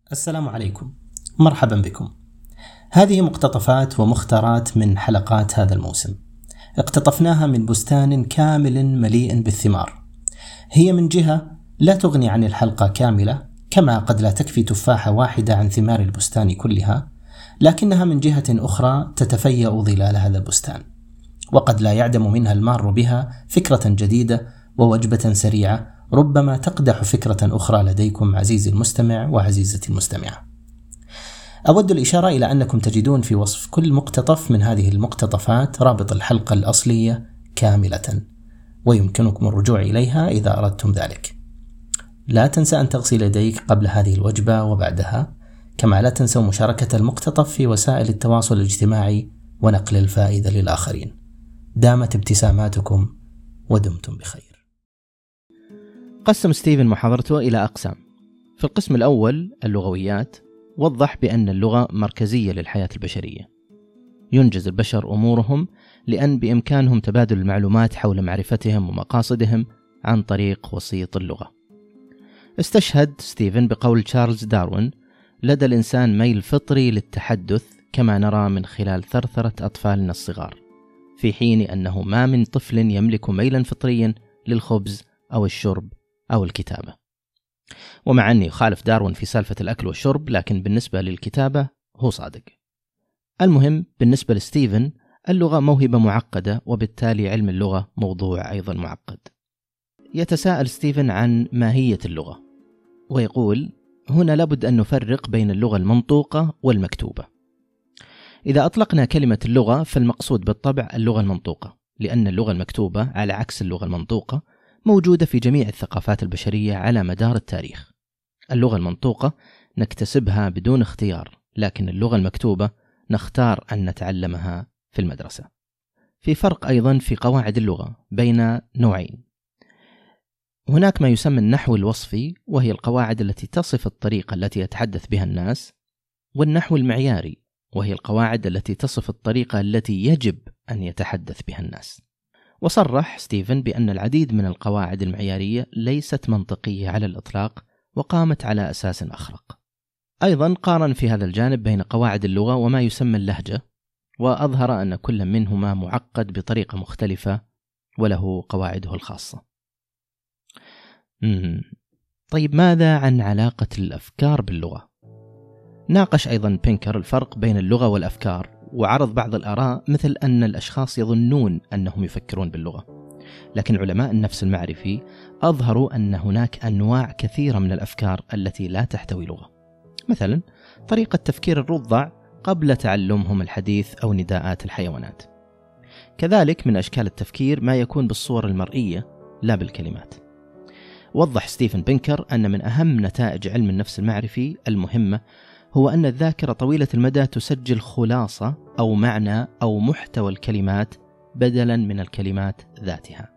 السلام عليكم، مرحبا بكم. هذه مقتطفات ومختارات من حلقات هذا الموسم، اقتطفناها من بستان كامل مليء بالثمار. هي من جهة لا تغني عن الحلقة كاملة، كما قد لا تكفي تفاحة واحدة عن ثمار البستان كلها، لكنها من جهة أخرى تتفيأ ظلال هذا البستان، وقد لا يعدم منها المار بها فكرة جديدة ووجبة سريعة ربما تقدح فكرة أخرى لديكم عزيزي المستمع وعزيزتي المستمعة. أود الإشارة إلى أنكم تجدون في وصف كل مقتطف من هذه المقتطفات رابط الحلقة الأصلية كاملة، ويمكنكم الرجوع إليها إذا أردتم ذلك. لا تنسى أن تغسل يديك قبل هذه الوجبة وبعدها، كما لا تنسوا مشاركة المقتطف في وسائل التواصل الاجتماعي ونقل الفائدة للآخرين. دامت ابتساماتكم ودمتم بخير. قسم ستيفن محاضرته إلى أقسام. في القسم الأول اللغويات، وضح بأن اللغة مركزية للحياة البشرية. ينجز البشر أمورهم لأن بإمكانهم تبادل المعلومات حول معرفتهم ومقاصدهم عن طريق وسيط اللغة. استشهد ستيفن بقول تشارلز داروين: لدى الإنسان ميل فطري للتحدث كما نرى من خلال ثرثرة أطفالنا الصغار، في حين أنه ما من طفل يملك ميلا فطريا للخبز أو الشرب أو الكتابة. ومع أني يخالف داروين في سالفة الأكل والشرب، لكن بالنسبة للكتابة هو صادق. المهم بالنسبة لستيفن، اللغة موهبة معقدة، وبالتالي علم اللغة موضوع أيضا معقد. يتساءل ستيفن عن ماهية اللغة، ويقول: هنا لابد أن نفرق بين اللغة المنطوقة والمكتوبة. إذا أطلقنا كلمة اللغة فالمقصود بالطبع اللغة المنطوقة، لأن اللغة المكتوبة على عكس اللغة المنطوقة موجودة في جميع الثقافات البشرية على مدار التاريخ. اللغة المنطوقة نكتسبها بدون اختيار، لكن اللغة المكتوبة نختار أن نتعلمها في المدرسة. في فرق أيضا في قواعد اللغة بين نوعين. هناك ما يسمى النحو الوصفي، وهي القواعد التي تصف الطريقة التي يتحدث بها الناس، والنحو المعياري، وهي القواعد التي تصف الطريقة التي يجب أن يتحدث بها الناس. وصرح ستيفن بأن العديد من القواعد المعيارية ليست منطقية على الإطلاق، وقامت على أساس أخرق. أيضا قارن في هذا الجانب بين قواعد اللغة وما يسمى اللهجة، وأظهر أن كل منهما معقد بطريقة مختلفة وله قواعده الخاصة. طيب ماذا عن علاقة الأفكار باللغة؟ ناقش أيضا بينكر الفرق بين اللغة والأفكار، وعرض بعض الآراء مثل أن الأشخاص يظنون أنهم يفكرون باللغة، لكن علماء النفس المعرفي أظهروا أن هناك أنواع كثيرة من الأفكار التي لا تحتوي لغة، مثلا طريقة تفكير الرضع قبل تعلمهم الحديث أو نداءات الحيوانات. كذلك من أشكال التفكير ما يكون بالصور المرئية لا بالكلمات. وضح ستيفن بينكر أن من أهم نتائج علم النفس المعرفي المهمة هو أن الذاكرة طويلة المدى تسجل خلاصة أو معنى أو محتوى الكلمات بدلا من الكلمات ذاتها.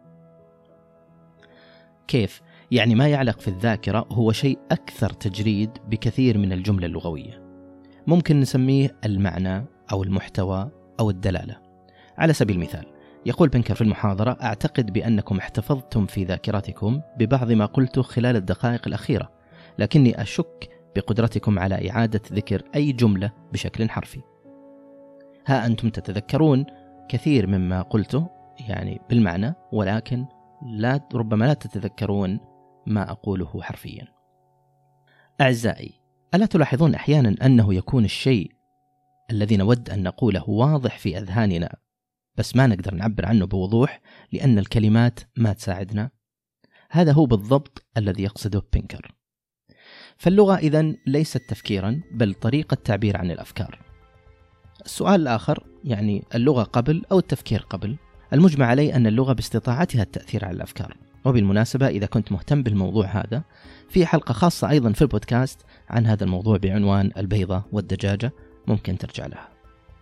كيف؟ يعني ما يعلق في الذاكرة هو شيء أكثر تجريد بكثير من الجملة اللغوية، ممكن نسميه المعنى أو المحتوى أو الدلالة. على سبيل المثال، يقول بينكر في المحاضرة: أعتقد بأنكم احتفظتم في ذاكرتكم ببعض ما قلته خلال الدقائق الأخيرة، لكني أشك بقدرتكم على إعادة ذكر أي جملة بشكل حرفي. ها أنتم تتذكرون كثير مما قلته يعني بالمعنى، ولكن ربما لا تتذكرون ما أقوله حرفيا. أعزائي، ألا تلاحظون أحيانا أنه يكون الشيء الذي نود أن نقوله واضح في أذهاننا، بس ما نقدر نعبر عنه بوضوح لأن الكلمات ما تساعدنا؟ هذا هو بالضبط الذي يقصده بينكر. فاللغة إذن ليست تفكيرا، بل طريقة تعبير عن الأفكار. السؤال الآخر، يعني اللغة قبل أو التفكير قبل؟ المجمع عليه أن اللغة باستطاعتها التأثير على الأفكار. وبالمناسبة إذا كنت مهتم بالموضوع هذا، في حلقة خاصة أيضا في البودكاست عن هذا الموضوع بعنوان البيضة والدجاجة، ممكن ترجع لها.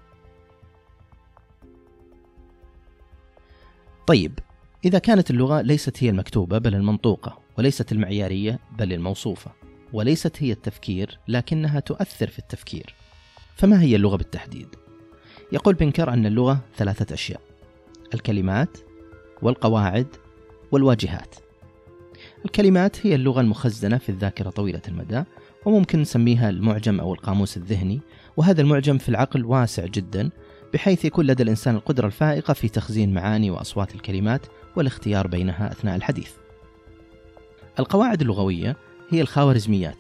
طيب، إذا كانت اللغة ليست هي المكتوبة بل المنطوقة، وليست المعيارية بل الموصوفة، وليست هي التفكير لكنها تؤثر في التفكير، فما هي اللغة بالتحديد؟ يقول بينكر أن اللغة 3 أشياء: الكلمات والقواعد والواجهات. الكلمات هي اللغة المخزنة في الذاكرة طويلة المدى، وممكن نسميها المعجم أو القاموس الذهني. وهذا المعجم في العقل واسع جدا، بحيث يكون لدى الإنسان القدرة الفائقة في تخزين معاني وأصوات الكلمات والاختيار بينها أثناء الحديث. القواعد اللغوية هي الخوارزميات،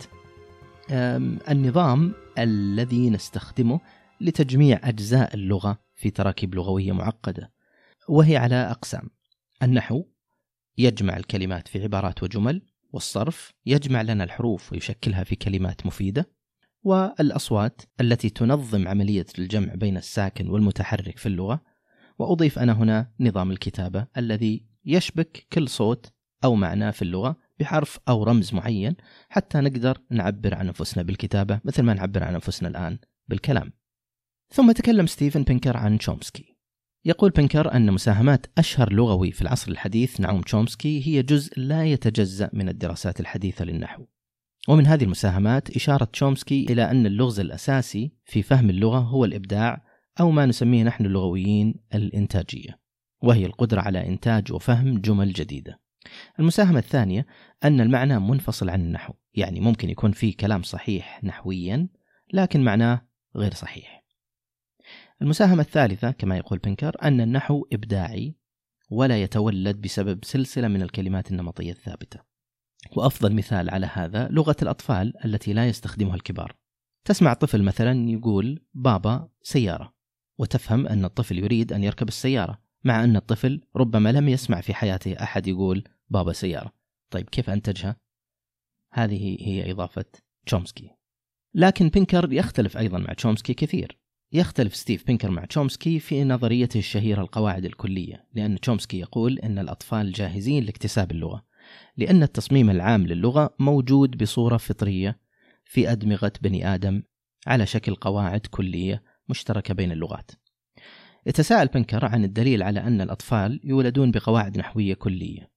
النظام الذي نستخدمه لتجميع أجزاء اللغة في تراكيب لغوية معقدة، وهي على أقسام. النحو يجمع الكلمات في عبارات وجمل، والصرف يجمع لنا الحروف ويشكلها في كلمات مفيدة، والأصوات التي تنظم عملية الجمع بين الساكن والمتحرك في اللغة. وأضيف أنا هنا نظام الكتابة الذي يشبك كل صوت أو معنى في اللغة بحرف أو رمز معين حتى نقدر نعبر عن أنفسنا بالكتابة مثل ما نعبر عن أنفسنا الآن بالكلام. ثم تكلم ستيفن بينكر عن تشومسكي. يقول بينكر أن مساهمات أشهر لغوي في العصر الحديث نعوم تشومسكي هي جزء لا يتجزأ من الدراسات الحديثة للنحو. ومن هذه المساهمات إشارة تشومسكي إلى أن اللغز الأساسي في فهم اللغة هو الإبداع، أو ما نسميه نحن اللغويين الإنتاجية، وهي القدرة على إنتاج وفهم جمل جديدة. المساهمة الثانية أن المعنى منفصل عن النحو، يعني ممكن يكون فيه كلام صحيح نحويا لكن معناه غير صحيح. المساهمة الثالثة كما يقول بينكر أن النحو إبداعي ولا يتولد بسبب سلسلة من الكلمات النمطية الثابتة. وأفضل مثال على هذا لغة الأطفال التي لا يستخدمها الكبار. تسمع طفل مثلا يقول بابا سيارة، وتفهم أن الطفل يريد أن يركب السيارة، مع أن الطفل ربما لم يسمع في حياته أحد يقول بابا سيارة. طيب كيف أنتجها؟ هذه هي إضافة تشومسكي. لكن بينكر يختلف أيضا مع تشومسكي كثير. يختلف ستيف بينكر مع تشومسكي في نظريته الشهيرة القواعد الكلية، لأن تشومسكي يقول أن الأطفال جاهزين لاكتساب اللغة، لأن التصميم العام للغة موجود بصورة فطرية في أدمغة بني آدم على شكل قواعد كلية مشتركة بين اللغات. يتساءل بينكر عن الدليل على أن الأطفال يولدون بقواعد نحوية كلية.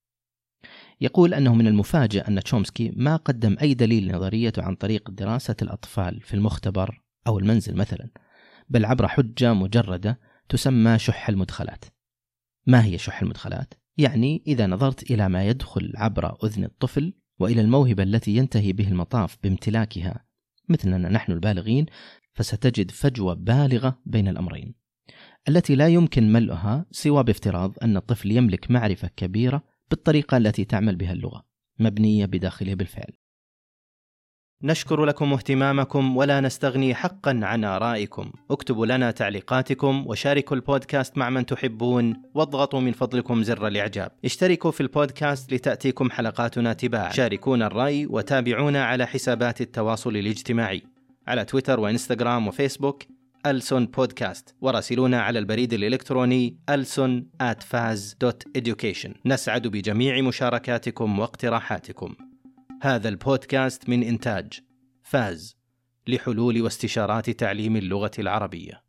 يقول أنه من المفاجئ أن تشومسكي ما قدم أي دليل لنظريته عن طريق دراسة الأطفال في المختبر أو المنزل مثلا، بل عبر حجة مجردة تسمى شح المدخلات. ما هي شح المدخلات؟ يعني إذا نظرت إلى ما يدخل عبر أذن الطفل وإلى الموهبة التي ينتهي به المطاف بامتلاكها مثلنا نحن البالغين، فستجد فجوة بالغة بين الأمرين التي لا يمكن ملئها سوى بافتراض أن الطفل يملك معرفة كبيرة بالطريقة التي تعمل بها اللغة، مبنية بداخله بالفعل. نشكر لكم اهتمامكم ولا نستغني حقا عن آرائكم. اكتبوا لنا تعليقاتكم وشاركوا البودكاست مع من تحبون، واضغطوا من فضلكم زر الإعجاب. اشتركوا في البودكاست لتأتيكم حلقاتنا تباعا. شاركونا الرأي وتابعونا على حسابات التواصل الاجتماعي على تويتر وإنستغرام وفيسبوك ألسن بودكاست، وراسلونا على البريد الإلكتروني alson@faz.education. نسعد بجميع مشاركاتكم واقتراحاتكم. هذا البودكاست من إنتاج فاز لحلول واستشارات تعليم اللغة العربية.